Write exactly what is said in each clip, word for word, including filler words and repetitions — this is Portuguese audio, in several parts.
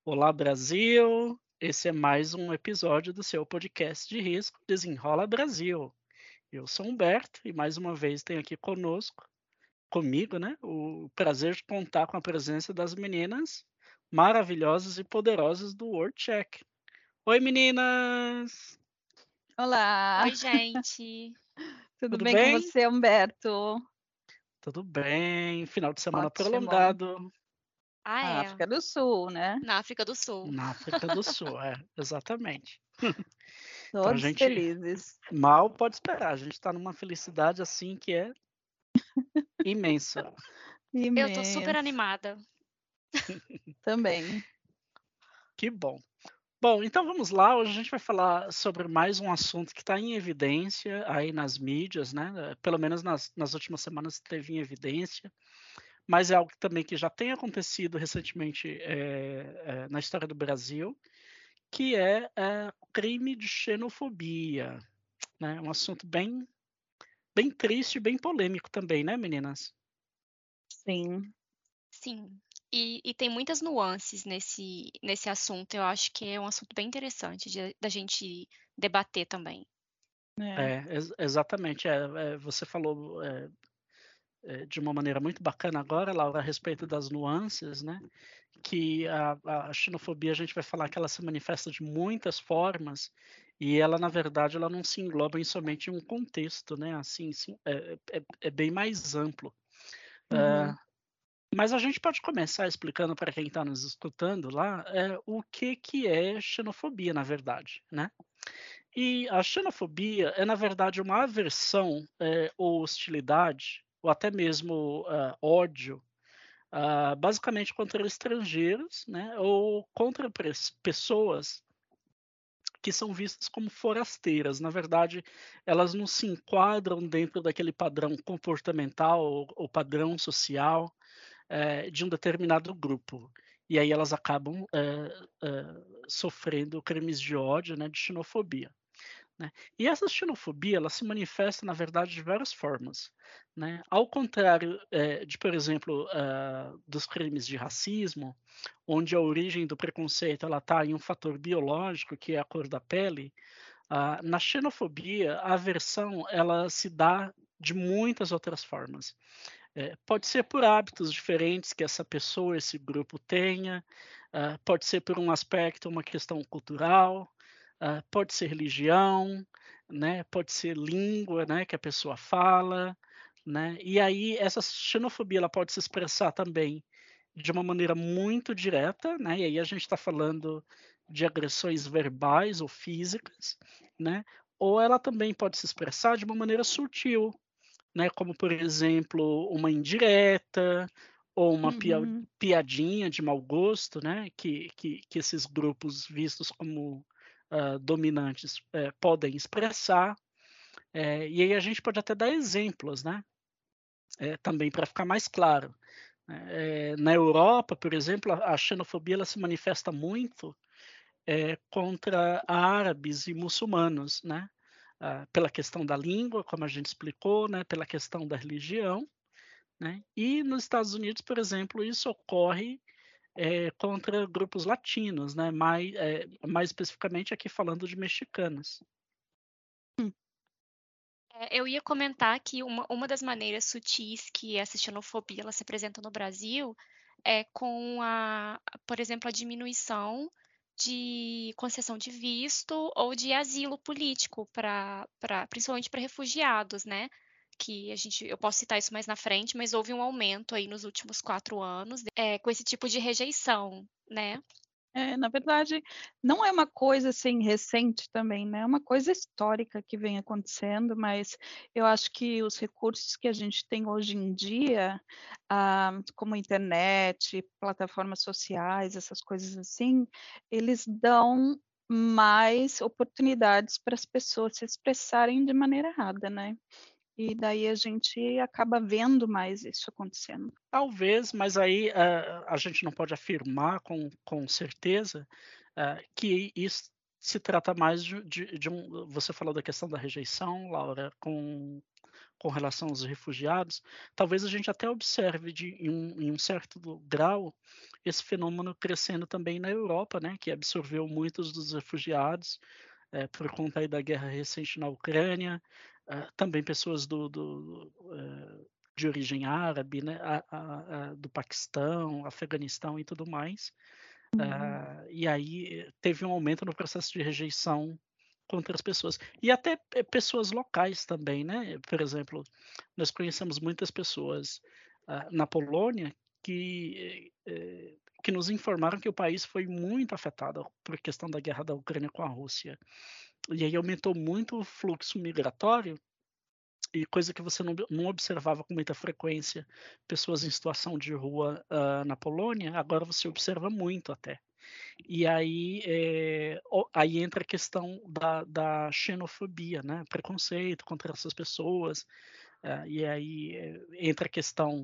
Olá, Brasil! Esse é mais um episódio do seu podcast de risco Desenrola Brasil. Eu sou Humberto e mais uma vez tenho aqui conosco, comigo, né, o prazer de contar com a presença das meninas maravilhosas e poderosas do World Check. Oi, meninas! Olá, Oi, gente. tudo Tudo bem com bem? você, Humberto? Tudo bem. Final de semana Ótimo. prolongado Ah, A é, África do Sul, né? na África do Sul. na África do Sul, é, exatamente. Então a Todos gente felizes. mal pode esperar, a gente está numa felicidade assim que é imensa. Eu tô super Imenso, animada. também. Que bom. Bom, então vamos lá. Hoje a gente vai falar sobre mais um assunto que está em evidência aí nas mídias, né? eh, Pelo menos nas, nas últimas semanas esteve em evidência, mas é algo que também que já tem acontecido recentemente eh, eh, na história do Brasil, que é eh, o crime de xenofobia, né? Um assunto bem, bem triste e bem polêmico também, né, meninas? Sim, Sim. E e tem muitas nuances nesse nesse assunto, eu acho que é um assunto bem interessante de da gente debater também. é. É, ex- exatamente. É, é, você falou é, é, de uma maneira muito bacana agora, Laura, a respeito das nuances, né? Que a, a xenofobia a gente vai falar que ela se manifesta de muitas formas e ela, na verdade, ela não se engloba em somente um contexto, né? Assim, sim, é, é, é bem mais amplo. Uhum. Mas a gente pode começar explicando para quem está nos escutando lá é, o que, que é xenofobia, na verdade, né? E a xenofobia é, na verdade, uma aversão eh, ou hostilidade, ou até mesmo ah, ódio, ah, basicamente contra estrangeiros, né, ou contra pres- pessoas que são vistas como forasteiras. Na verdade, elas não se enquadram dentro daquele padrão comportamental ou, ou padrão social eh, de um determinado grupo. E aí elas acabam eh, eh, sofrendo crimes de ódio, né, de xenofobia. Né. E essa xenofobia, ela se manifesta, na verdade, de várias formas, né. Ao contrário, eh, de, por exemplo, ah, dos crimes de racismo, onde a origem do preconceito ela está em um fator biológico, que é a cor da pele, ah, na xenofobia, a aversão ela se dá de muitas outras formas. Eh, pode ser por hábitos diferentes que essa pessoa, esse grupo tenha, ah, pode ser por um aspecto, uma questão cultural, ah, pode ser religião, né, pode ser língua, né, que a pessoa fala, né, e aí essa xenofobia ela pode se expressar também de uma maneira muito direta, né, e aí a gente está falando de agressões verbais ou físicas, né, ou ela também pode se expressar de uma maneira sutil, né, como por exemplo, uma indireta ou uma pia Uhum. piadinha de mau gosto, né, que que que esses grupos vistos como, hã, dominantes, eh, podem expressar. Eh, e aí a gente pode até dar exemplos, né, eh, também para ficar mais claro. Eh, na Europa, por exemplo, a a xenofobia ela se manifesta muito, eh, contra árabes e muçulmanos, né, ah, pela questão da língua, como a gente explicou, né, pela questão da religião, né. E nos Estados Unidos, por exemplo, isso ocorre, eh, contra grupos latinos, né, mais, eh, mais especificamente aqui falando de mexicanos. Eh, eu ia comentar que uma uma das maneiras sutis que essa xenofobia ela se apresenta no Brasil é com a por exemplo, a diminuição de concessão de visto ou de asilo político para pra principalmente para refugiados, né, que a gente eu posso citar isso mais na frente, mas houve um aumento aí nos últimos quatro anos, eh, com esse tipo de rejeição, né. É, na verdade, não é uma coisa, assim, recente também, né, é uma coisa histórica que vem acontecendo, mas eu acho que os recursos que a gente tem hoje em dia, ah, como internet, plataformas sociais, essas coisas assim, eles dão mais oportunidades para as pessoas se expressarem de maneira errada, né. E daí a gente acaba vendo mais isso acontecendo. Talvez, mas aí, ah, a gente não pode afirmar com com certeza, ah, que isso se trata mais de de de um você falou da questão da rejeição, Laura, com com relação aos refugiados, talvez a gente até observe de, em, um, em um certo grau esse fenômeno crescendo também na Europa, né, que absorveu muitos dos refugiados é, por conta aí da guerra recente na Ucrânia, uh, também pessoas do, do, uh, de origem árabe, né, a, a, a, do Paquistão, Afeganistão e tudo mais. Uhum. Uh, e aí teve um aumento no processo de rejeição contra as pessoas. E até pessoas locais também, né? Por exemplo, nós conhecemos muitas pessoas uh, na Polônia que, eh, que nos informaram que o país foi muito afetado por questão da guerra da Ucrânia com a Rússia. E aí aumentou muito o fluxo migratório, e coisa que você não, não observava com muita frequência, pessoas em situação de rua uh, na Polônia, agora você observa muito até. E aí, é, aí entra a questão da, da xenofobia, né? Preconceito contra essas pessoas, uh, e aí é, entra a questão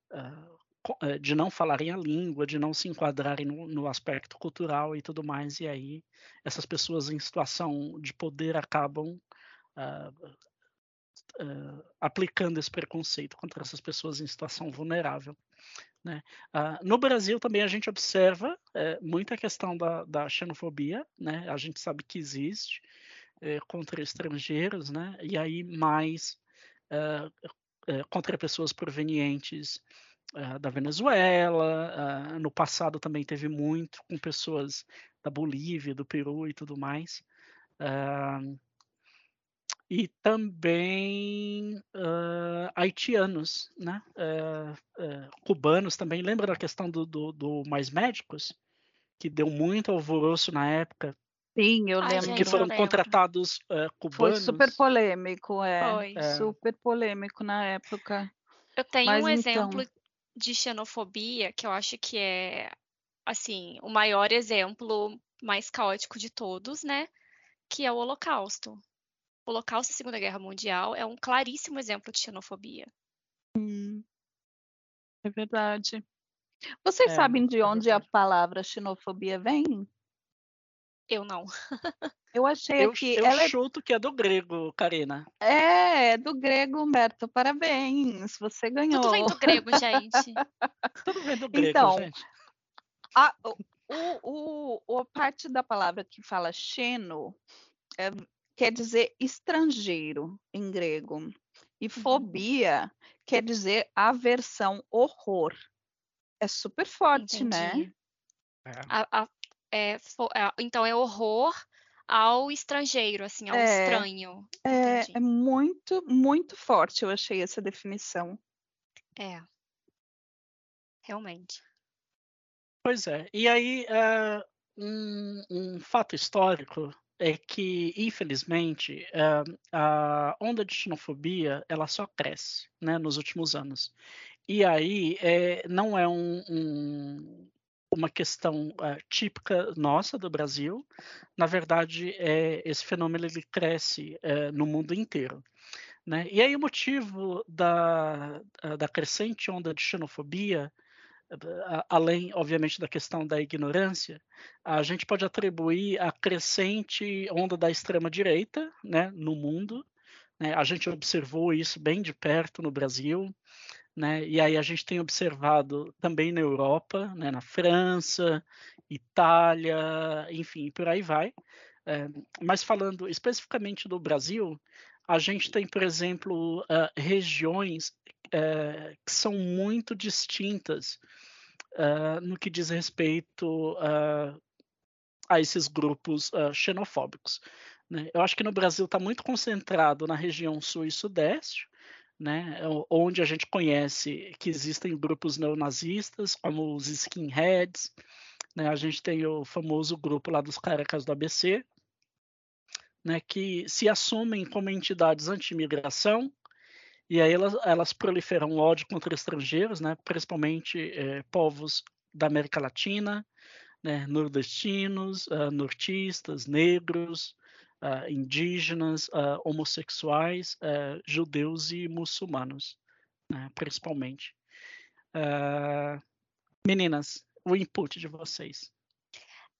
uh, de não falarem a língua, de não se enquadrarem no, no aspecto cultural e tudo mais, e aí essas pessoas em situação de poder acabam uh, uh, aplicando esse preconceito contra essas pessoas em situação vulnerável. Né? Uh, no Brasil também a gente observa é, muita questão da, da xenofobia, né? A gente sabe que existe é, contra estrangeiros, né? E aí mais uh, é, contra pessoas provenientes uh, da Venezuela, uh, no passado também teve muito com pessoas da Bolívia, do Peru e tudo mais. Uh, e também uh, haitianos, né? Uh, uh, cubanos também. Lembra da questão do, do, do Mais Médicos? Que deu muito alvoroço na época. Sim, eu Ai, lembro. Que gente, eu foram lembro. contratados uh, Foi cubanos. super polêmico, é. Foi. É. Super polêmico na época. Eu tenho Mas um então, exemplo de xenofobia que eu acho que é, assim, o maior exemplo mais caótico de todos, né? Que é o Holocausto. O Holocausto e a Segunda Guerra Mundial é um claríssimo exemplo de xenofobia. hum, é verdade. Vocês É, sabem de é onde a verdade. palavra xenofobia vem? Eu não. Eu achei Eu, aqui, eu ela é, chuto que é do grego, Karina. é, é do grego, Humberto, parabéns, você Tudo vem ganhou. do grego, gente. Tudo vem do grego, Então, gente. a, o, o, a parte da palavra que fala xeno é, quer dizer estrangeiro em grego. E fobia quer dizer aversão, horror. É super forte, né? Entendi. É. A- a- é, fo- é, então é horror ao estrangeiro, assim, ao É, estranho. é, é Entendi. muito, muito forte, eu achei essa definição. É, realmente. Pois é. E aí, uh, um, um fato histórico é que, infelizmente, uh, a onda de xenofobia ela só cresce, né, nos últimos anos. E aí, é, não é um, um, uma questão uh, típica nossa do Brasil. Na verdade, é, esse fenômeno ele cresce uh, no mundo inteiro. Né? E aí o motivo da, da crescente onda de xenofobia, além, obviamente, da questão da ignorância, a gente pode atribuir a crescente onda da extrema-direita, né, no mundo. Né? A gente observou isso bem de perto no Brasil, né? E aí a gente tem observado também na Europa, né, na França, Itália, enfim, por aí vai. É, mas falando especificamente do Brasil, a gente tem, por exemplo, uh, regiões uh, que são muito distintas uh, no que diz respeito uh, a esses grupos uh, xenofóbicos. Né? Eu acho que no Brasil está muito concentrado na região sul e sudeste, né, onde a gente conhece que existem grupos neonazistas, como os skinheads, né, a gente tem o famoso grupo lá dos carecas do A B C, né, que se assumem como entidades anti-imigração, e aí elas, elas proliferam ódio contra estrangeiros, né, principalmente é, povos da América Latina, né, nordestinos, uh, nortistas, negros, uh, indígenas, uh, homossexuais, uh, judeus e muçulmanos, né, principalmente. Uh, meninas, o input de vocês.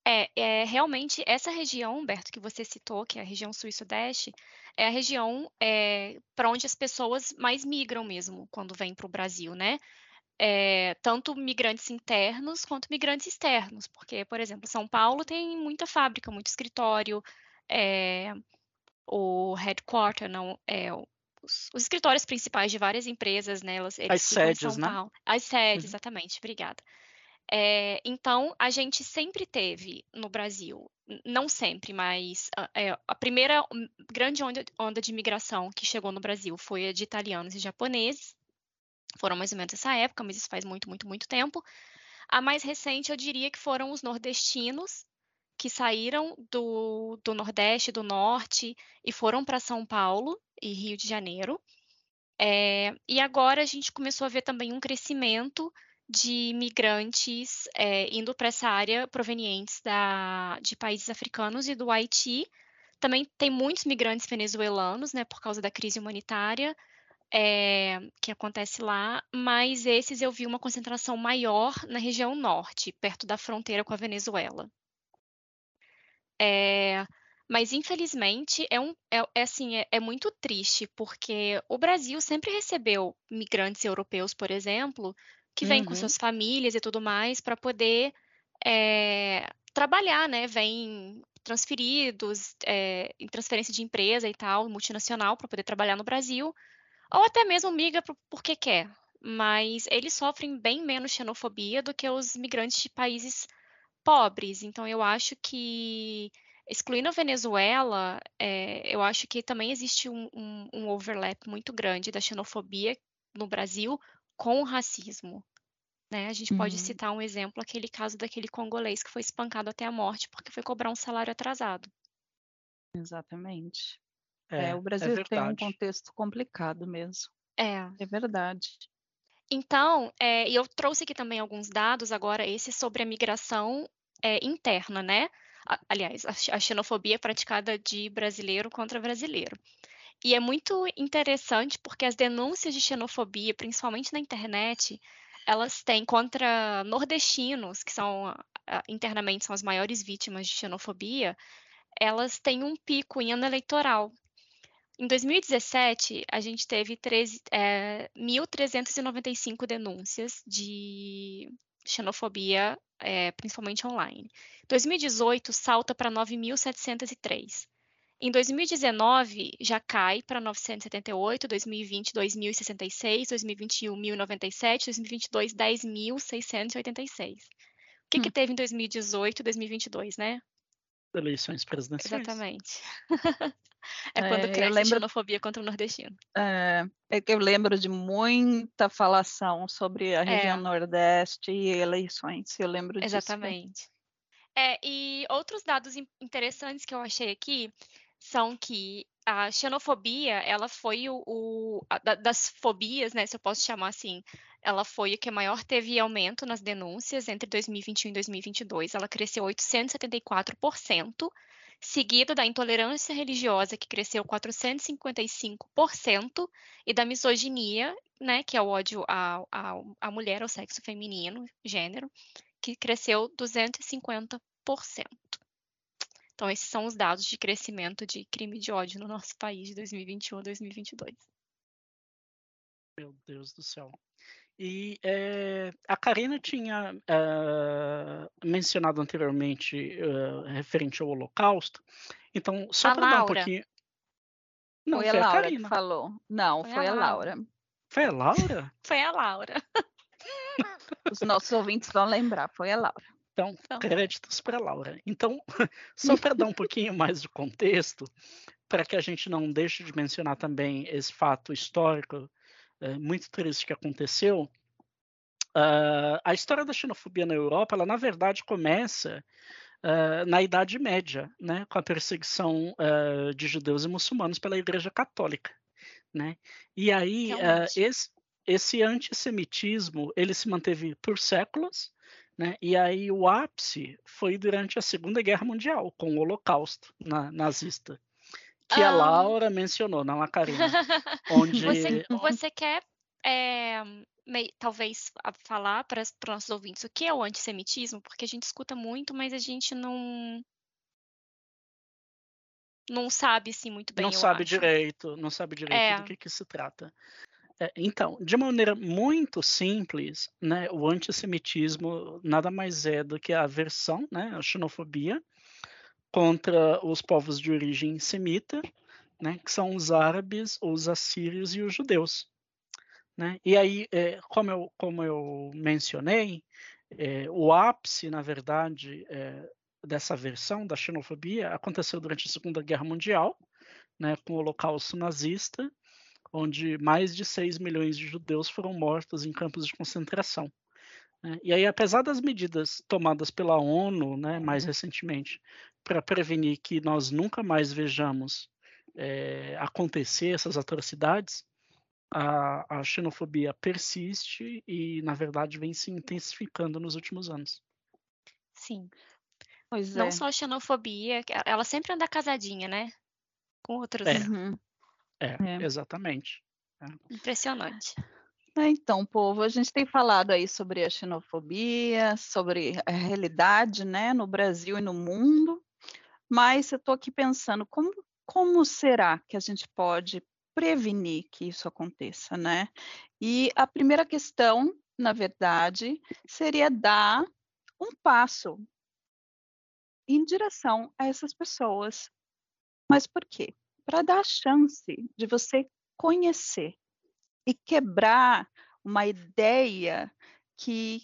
É, é, realmente, essa região, Humberto, que você citou, que é a região sul e sudeste, é a região é, para onde as pessoas mais migram mesmo quando vêm para o Brasil, né? É, tanto migrantes internos quanto migrantes externos, porque, por exemplo, São Paulo tem muita fábrica, muito escritório, é, o headquarter, não, é, os, os escritórios principais de várias empresas, né, elas, eles As ficam em sedes, São né? Paulo. As sedes, Uhum. exatamente, obrigada. É, então, a gente sempre teve no Brasil, n- não sempre, mas a, é, a primeira hum, grande onda, onda de imigração que chegou no Brasil foi a de italianos e japoneses. Foram mais ou menos essa época, mas isso faz muito, muito, muito tempo. A mais recente, eu diria que foram os nordestinos, que saíram do, do Nordeste, do Norte, e foram para São Paulo e Rio de Janeiro. É, e agora a gente começou a ver também um crescimento de migrantes é, indo para essa área provenientes da, de países africanos e do Haiti. Também tem muitos migrantes venezuelanos, né, por causa da crise humanitária é, que acontece lá, mas esses eu vi uma concentração maior na região norte, perto da fronteira com a Venezuela. É, mas infelizmente é um é, é assim é, é muito triste porque o Brasil sempre recebeu migrantes europeus, por exemplo, que vêm com Uhum. suas famílias e tudo mais para poder é, trabalhar, né? Vêm transferidos é, em transferência de empresa e tal, multinacional, para poder trabalhar no Brasil, ou até mesmo migra por- porque quer. Mas eles sofrem bem menos xenofobia do que os migrantes de países pobres. Então, eu acho que, excluindo a Venezuela, é, eu acho que também existe um, um- um overlap muito grande da xenofobia no Brasil com o racismo. Né? A gente pode Hum, citar um exemplo, aquele caso daquele congolês que foi espancado até a morte porque foi cobrar um salário atrasado. exatamente. É, É, o é Brasil tem um verdade. contexto complicado mesmo. É. É verdade. Então, é, e eu trouxe aqui também alguns dados agora, esse sobre a migração é, interna, né? A- Aliás, a x- a xenofobia praticada de brasileiro contra brasileiro. E é muito interessante porque as denúncias de xenofobia, principalmente na internet, elas têm contra nordestinos, que são ah, internamente são as maiores vítimas de xenofobia, elas têm um pico em ano eleitoral. Em dois mil e dezessete, a gente teve treze, é, mil trezentas e noventa e cinco denúncias de xenofobia, é, principalmente online. Em dois mil e dezoito, salta para nove mil setecentos e três. Em dois mil e dezenove, já cai para novecentos e setenta e oito, dois mil e vinte, dois mil e sessenta e seis, dois mil e vinte e um, mil e noventa e sete, dois mil e vinte e dois, dez mil seiscentos e oitenta e seis. O que que Hum, teve em dois mil e dezoito, dois mil e vinte e dois, né? Eleições presidenciais. Exatamente. É quando é, eu cresce a lembro, xenofobia contra o nordestino. é, é que eu lembro de muita falação sobre a região É, Nordeste e eleições. Eu lembro disso bem. exatamente. É, e outros dados in- interessantes que eu achei aqui são que a xenofobia, ela foi o, o- a- da- das fobias, né, se eu posso chamar assim, ela foi o que maior teve aumento nas denúncias entre dois mil e vinte e um e dois mil e vinte e dois. Ela cresceu oitocentos e setenta e quatro por cento, seguido da intolerância religiosa, que cresceu quatrocentos e cinquenta e cinco por cento, e da misoginia, né, que é o ódio à, à, à mulher, ao sexo feminino, gênero, que cresceu duzentos e cinquenta por cento. Então, esses são os dados de crescimento de crime de ódio no nosso país de dois mil e vinte e um a dois mil e vinte e dois. Meu Deus do céu. E é, a Karina tinha ah, mencionado anteriormente ah, referente ao Holocausto. Então, só A para dar um Laura, pouquinho. Não, Foi a foi a Laura que Karina. falou. Não, foi a foi a Laura, Laura. Foi a Laura? foi a Laura. Os nossos ouvintes vão lembrar, foi a Laura. Então, Então, créditos para a Laura. Então, só para dar um pouquinho mais de contexto, para que a gente não deixe de mencionar também esse fato histórico é, muito triste que aconteceu. Uh, a história da xenofobia na Europa, ela na verdade começa uh, na Idade Média, né, com a perseguição uh, de judeus e muçulmanos pela Igreja Católica, né? E aí uh, realmente. esse, esse antissemitismo ele se manteve por séculos, né? E aí o ápice foi durante a Segunda Guerra Mundial, com o Holocausto na, nazista, que a Ahn, Laura mencionou, não a Karina, você, onde você quer é, mei- talvez a- falar para os nossos ouvintes o que é o antissemitismo, porque a gente escuta muito, mas a gente não, não sabe assim muito Não bem, eu sabe acho. direito, não sabe direito do É, que que se trata. É, então, de maneira muito simples, né, o antissemitismo nada mais é do que a aversão, né, a xenofobia contra os povos de origem semita, né, que são os árabes, os assírios e os judeus, né? E aí, eh, como eu como eu mencionei, eh, o ápice, na verdade, eh, dessa versão da xenofobia aconteceu durante a Segunda Guerra Mundial, né, com o Holocausto nazista, onde mais de seis milhões de judeus foram mortos em campos de concentração, né. E aí, apesar das medidas tomadas pela ONU, né, mais recentemente, para prevenir que nós nunca mais vejamos, eh, acontecer essas atrocidades, a a xenofobia persiste e, na verdade, vem se intensificando nos últimos anos. sim. Pois Não é. só a xenofobia, que ela sempre anda casadinha, né? Com outros. É, Uhum. é, É. exatamente. É. Impressionante. É, então, povo, a gente tem falado aí sobre a xenofobia, sobre a realidade, né, no Brasil e no mundo, mas eu estou aqui pensando como, como será que a gente pode prevenir que isso aconteça, né? E a primeira questão, na verdade, seria dar um passo em direção a essas pessoas. Mas por quê? Para dar a chance de você conhecer e quebrar uma ideia que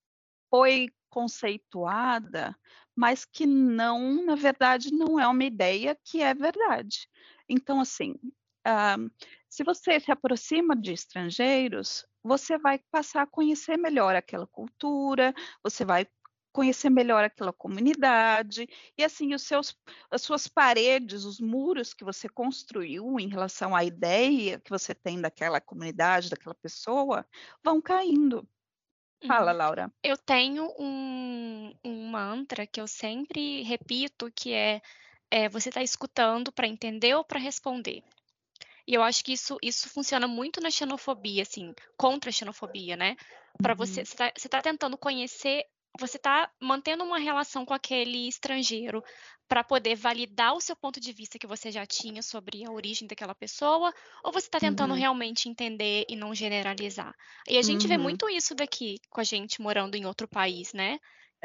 foi conceituada, mas que não, na verdade, não é uma ideia que é verdade. Então, assim, ah, se você se aproxima de estrangeiros, você vai passar a conhecer melhor aquela cultura, você vai conhecer melhor aquela comunidade, e assim, os seus, as suas paredes, os muros que você construiu em relação à ideia que você tem daquela comunidade, daquela pessoa, vão caindo. Fala, Uhum. Laura. Eu tenho um, um mantra que eu sempre repito, que é, é você está escutando para entender ou para responder. E eu acho que isso, isso funciona muito na xenofobia, assim, contra a xenofobia, né? Para você, Uhum, você tá, você tá tentando conhecer, você está mantendo uma relação com aquele estrangeiro para poder validar o seu ponto de vista que você já tinha sobre a origem daquela pessoa, ou você está tentando uhum, realmente entender e não generalizar? E a gente vê uhum, muito isso daqui com a gente morando em outro país, né?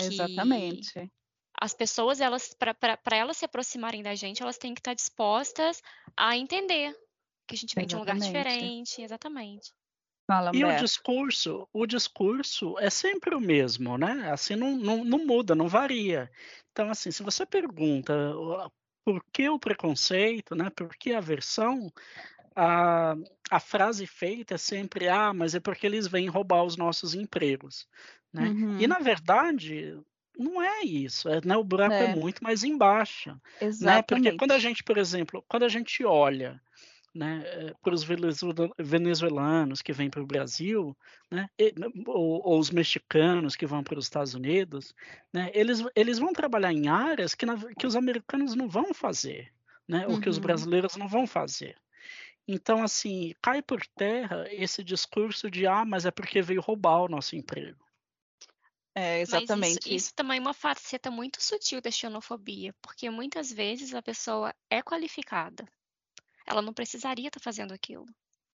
Que exatamente, as pessoas, elas, para elas se aproximarem da gente, elas têm que estar dispostas a entender que a gente vem de um lugar exatamente. diferente, exatamente. Fala, E o Humberto. discurso o discurso é sempre o mesmo, né, assim, não não não muda, não varia. Então, assim, se você pergunta o por que o preconceito, né, por que a aversão, a a frase feita é sempre: "Ah, mas é porque eles vêm roubar os nossos empregos", né. E Uhum, na verdade, não é isso, é, né, o buraco é é, muito mais embaixo, né, porque quando a exatamente. gente, por exemplo, quando a gente olha, né, eh, para os venezuelanos que vêm para o Brasil, né, e ou ou os mexicanos que vão para os Estados Unidos, né, eles eles vão trabalhar em áreas que na que os americanos não vão fazer, né, ou que os Uhum, brasileiros não vão fazer. Então, assim, cai por terra esse discurso de: "Ah, mas é porque veio roubar o nosso emprego". é, Mas isso, exatamente. isso também é uma faceta muito sutil da xenofobia, porque muitas vezes a pessoa é qualificada. Ela não precisaria estar fazendo aquilo,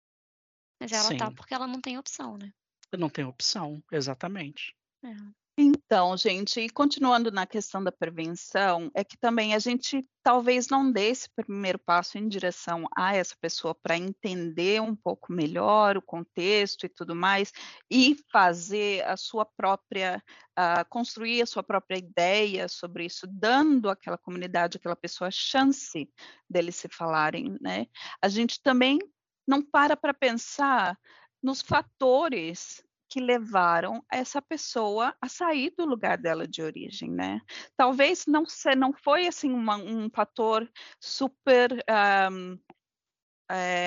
mas ela tá Sim, porque ela não tem opção, né? não tem opção, exatamente. É. Então, gente, e continuando na questão da prevenção, é que também a gente talvez não dê esse primeiro passo em direção a essa pessoa para entender um pouco melhor o contexto e tudo mais, e fazer a sua própria, ah, construir a sua própria ideia sobre isso, dando àquela comunidade, àquela pessoa a chance deles se falarem, né? A gente também não para para pensar nos fatores que levaram essa pessoa a sair do lugar dela de origem, né. Talvez não se não foi, assim, uma um fator super, hã, eh,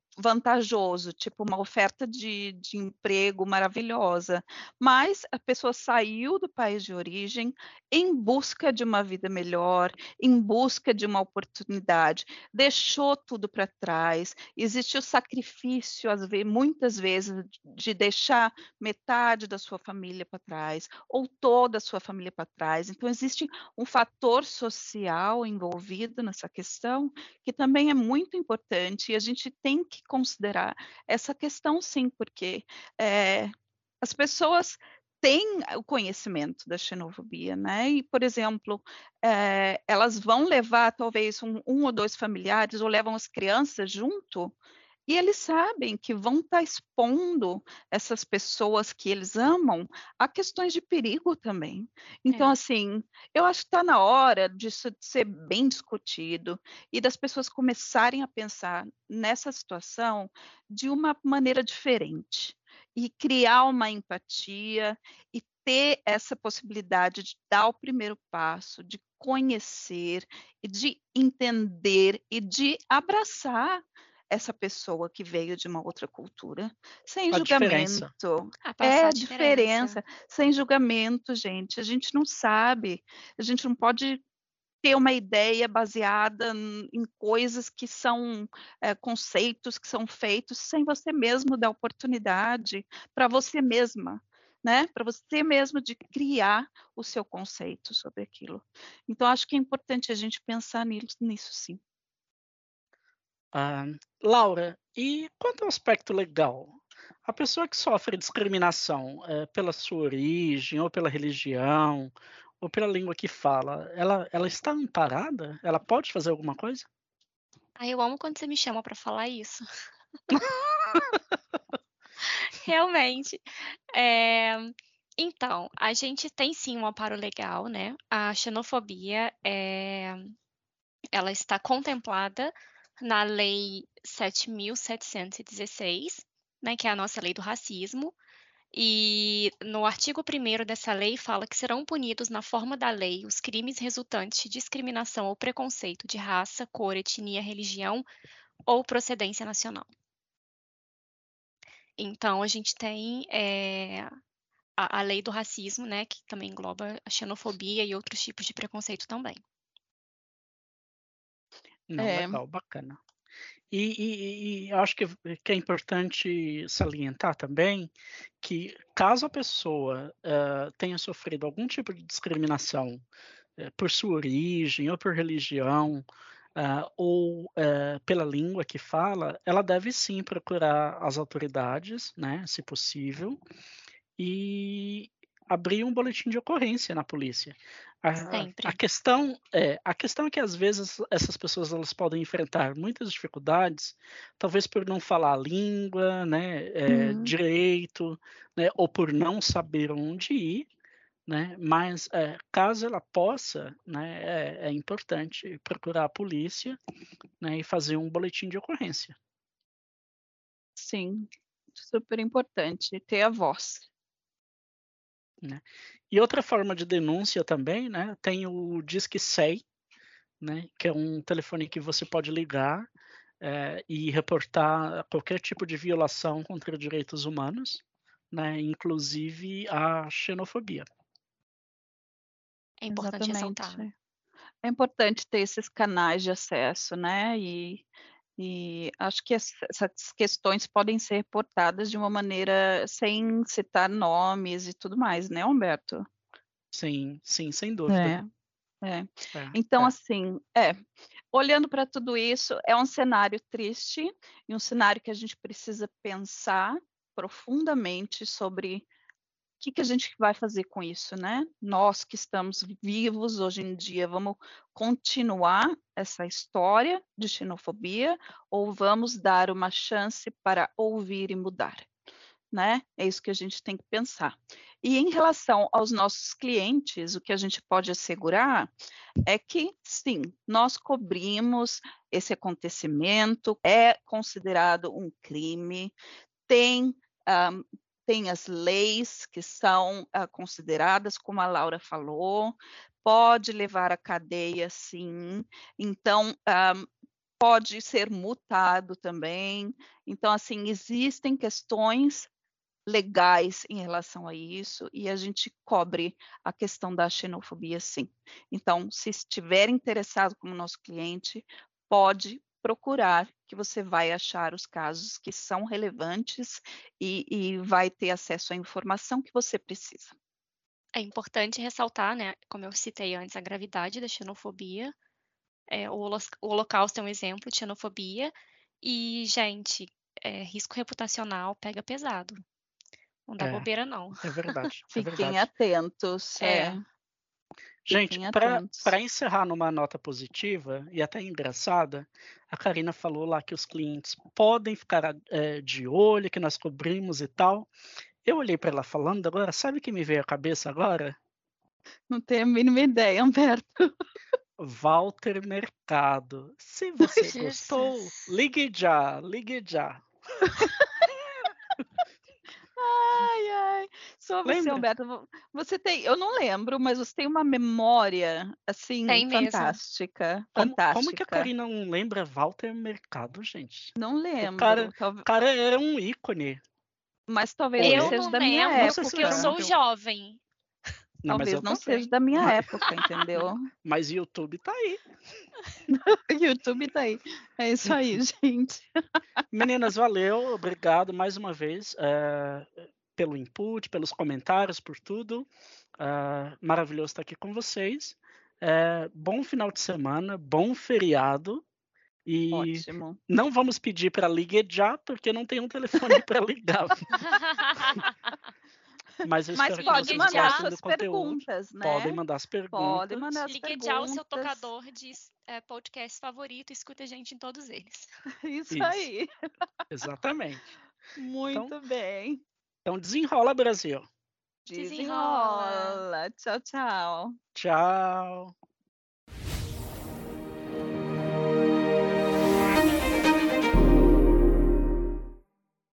vantajoso, tipo uma oferta de, de emprego maravilhosa, mas a pessoa saiu do país de origem em busca de uma vida melhor, em busca de uma oportunidade, deixou tudo para trás, existe o sacrifício, às vezes, muitas vezes, de deixar metade da sua família para trás, ou toda a sua família para trás, então existe um fator social envolvido nessa questão, que também é muito importante, e a gente tem que considerar essa questão sim, porque é, as pessoas têm o conhecimento da xenofobia, né? E, por exemplo, é, elas vão levar talvez um, um ou dois familiares, ou levam as crianças junto, e eles sabem que vão estar expondo essas pessoas que eles amam a questões de perigo também. Então, É. assim, eu acho que está na hora disso ser bem discutido e das pessoas começarem a pensar nessa situação de uma maneira diferente e criar uma empatia e ter essa possibilidade de dar o primeiro passo, de conhecer e de entender e de abraçar essa pessoa que veio de uma outra cultura, sem A diferença. julgamento. Ah, É passar a a diferença. diferença, sem julgamento, gente. A gente não sabe, a gente não pode ter uma ideia baseada em coisas que são é, conceitos que são feitos sem você mesmo dar oportunidade para você mesma, né? Para você mesmo de criar o seu conceito sobre aquilo. Então, acho que é importante a gente pensar nisso, nisso sim. Ah, Laura, e quanto ao aspecto legal? A pessoa que sofre discriminação eh, pela sua origem, ou pela religião, ou pela língua que fala, ela, ela está amparada? Ela pode fazer alguma coisa? Ah, eu amo quando você me chama para falar isso. Realmente. Eh, então, a gente tem sim um amparo legal, né. A xenofobia, eh, ela está contemplada na Lei sete mil setecentos e dezesseis, né, que é a nossa lei do racismo, e no artigo primeiro dessa lei fala que serão punidos na forma da lei os crimes resultantes de discriminação ou preconceito de raça, cor, etnia, religião ou procedência nacional. Então a gente tem, eh, a a lei do racismo, né, que também engloba a xenofobia e outros tipos de preconceito também. Não, É, legal, bacana. E, e- e eu acho que, que é importante salientar também que caso a pessoa eh, tenha sofrido algum tipo de discriminação eh, por sua origem ou por religião, ah, ou eh, pela língua que fala, ela deve sim procurar as autoridades, né, se possível, e abrir um boletim de ocorrência na polícia. A, a Sempre. questão é, a questão é que às vezes essas pessoas elas podem enfrentar muitas dificuldades, talvez por não falar a língua, né, eh, uhum. direito, né, ou por não saber onde ir, né, mas, eh, caso ela possa, né, é é importante procurar a polícia, né, e fazer um boletim de ocorrência, Sim, super importante ter a voz. né. E outra forma de denúncia também, né, tem o Disque cem, né, que é um telefone que você pode ligar, eh, e reportar qualquer tipo de violação contra direitos humanos, né, inclusive a xenofobia. É importante Exatamente. ressaltar. É importante ter esses canais de acesso, né, e e acho que ess essas questões podem ser reportadas de uma maneira sem citar nomes e tudo mais, né, Humberto? Sim, sim, sem dúvida. É, é. É, Então, é. assim, é, olhando para tudo isso, é um cenário triste e um cenário que a gente precisa pensar profundamente sobre o que que a gente vai fazer com isso, né? Nós que estamos vivos hoje em dia, vamos continuar essa história de xenofobia ou vamos dar uma chance para ouvir e mudar, né? É isso que a gente tem que pensar. E em relação aos nossos clientes, o que a gente pode assegurar é que, sim, nós cobrimos esse acontecimento, é considerado um crime, tem, hã, tem as leis que são, hã, consideradas, como a Laura falou, pode levar à cadeia sim. Então, hã, pode ser multado também. Então, assim, existem questões legais em relação a isso e a gente cobre a questão da xenofobia, sim. Então, se estiver interessado como nosso cliente, pode procurar, que você vai achar os casos que são relevantes e, e vai ter acesso à informação que você precisa. É importante ressaltar, né, como eu citei antes, a gravidade da xenofobia. É, o, holos- o Holocausto é um exemplo de xenofobia. E, gente, é, risco reputacional pega pesado. Não dá É, bobeira, não. é verdade, é Fiquem verdade. atentos. É. É. Gente, Fiquem para atentos. para encerrar numa nota positiva e até engraçada, a Karina falou lá que os clientes podem ficar eh, de olho, que nós cobrimos e tal. Eu olhei para ela falando agora, sabe o que me veio à cabeça agora? Não tenho a mínima ideia, Humberto. Walter Mercado. Se você gostou, Jesus. ligue já, ligue já. Ai, ai. Só você, Lembra? Humberto. vo- Você tem, eu não lembro, mas você tem uma memória assim Tem mesmo. fantástica, Como, como que a fantástica. Karina não lembra Walter Mercado, gente? Não O cara, lembro, o talvez, cara era um ícone. mas talvez Ou não Eu é? seja não da minha Não lembro sei se porque eu já época. sou morreu. jovem. Não, mas Talvez eu não seja também. da minha Mas, época, entendeu? mas YouTube tá aí. O YouTube tá aí. É isso aí, gente. Meninas, valeu, obrigado mais uma vez eh, pelo input, pelos comentários, por tudo. Ah, maravilhoso estar aqui com vocês. Eh, bom final de semana, bom feriado. E Ótimo. não vamos pedir para ligar já, porque não tem um telefone para ligar. Mas eu Mas espero que pode Ligue vocês mandar já. gostem do suas conteúdo. perguntas, Podem né? mandar as Pode mandar perguntas. as Ligue já o seu perguntas. tocador de é, podcast favorito e escuta a gente em todos eles. Isso Isso, aí. exatamente. Então, Muito bem. então desenrola, Brasil. Desenrola. Desenrola. Tchau, tchau. Tchau.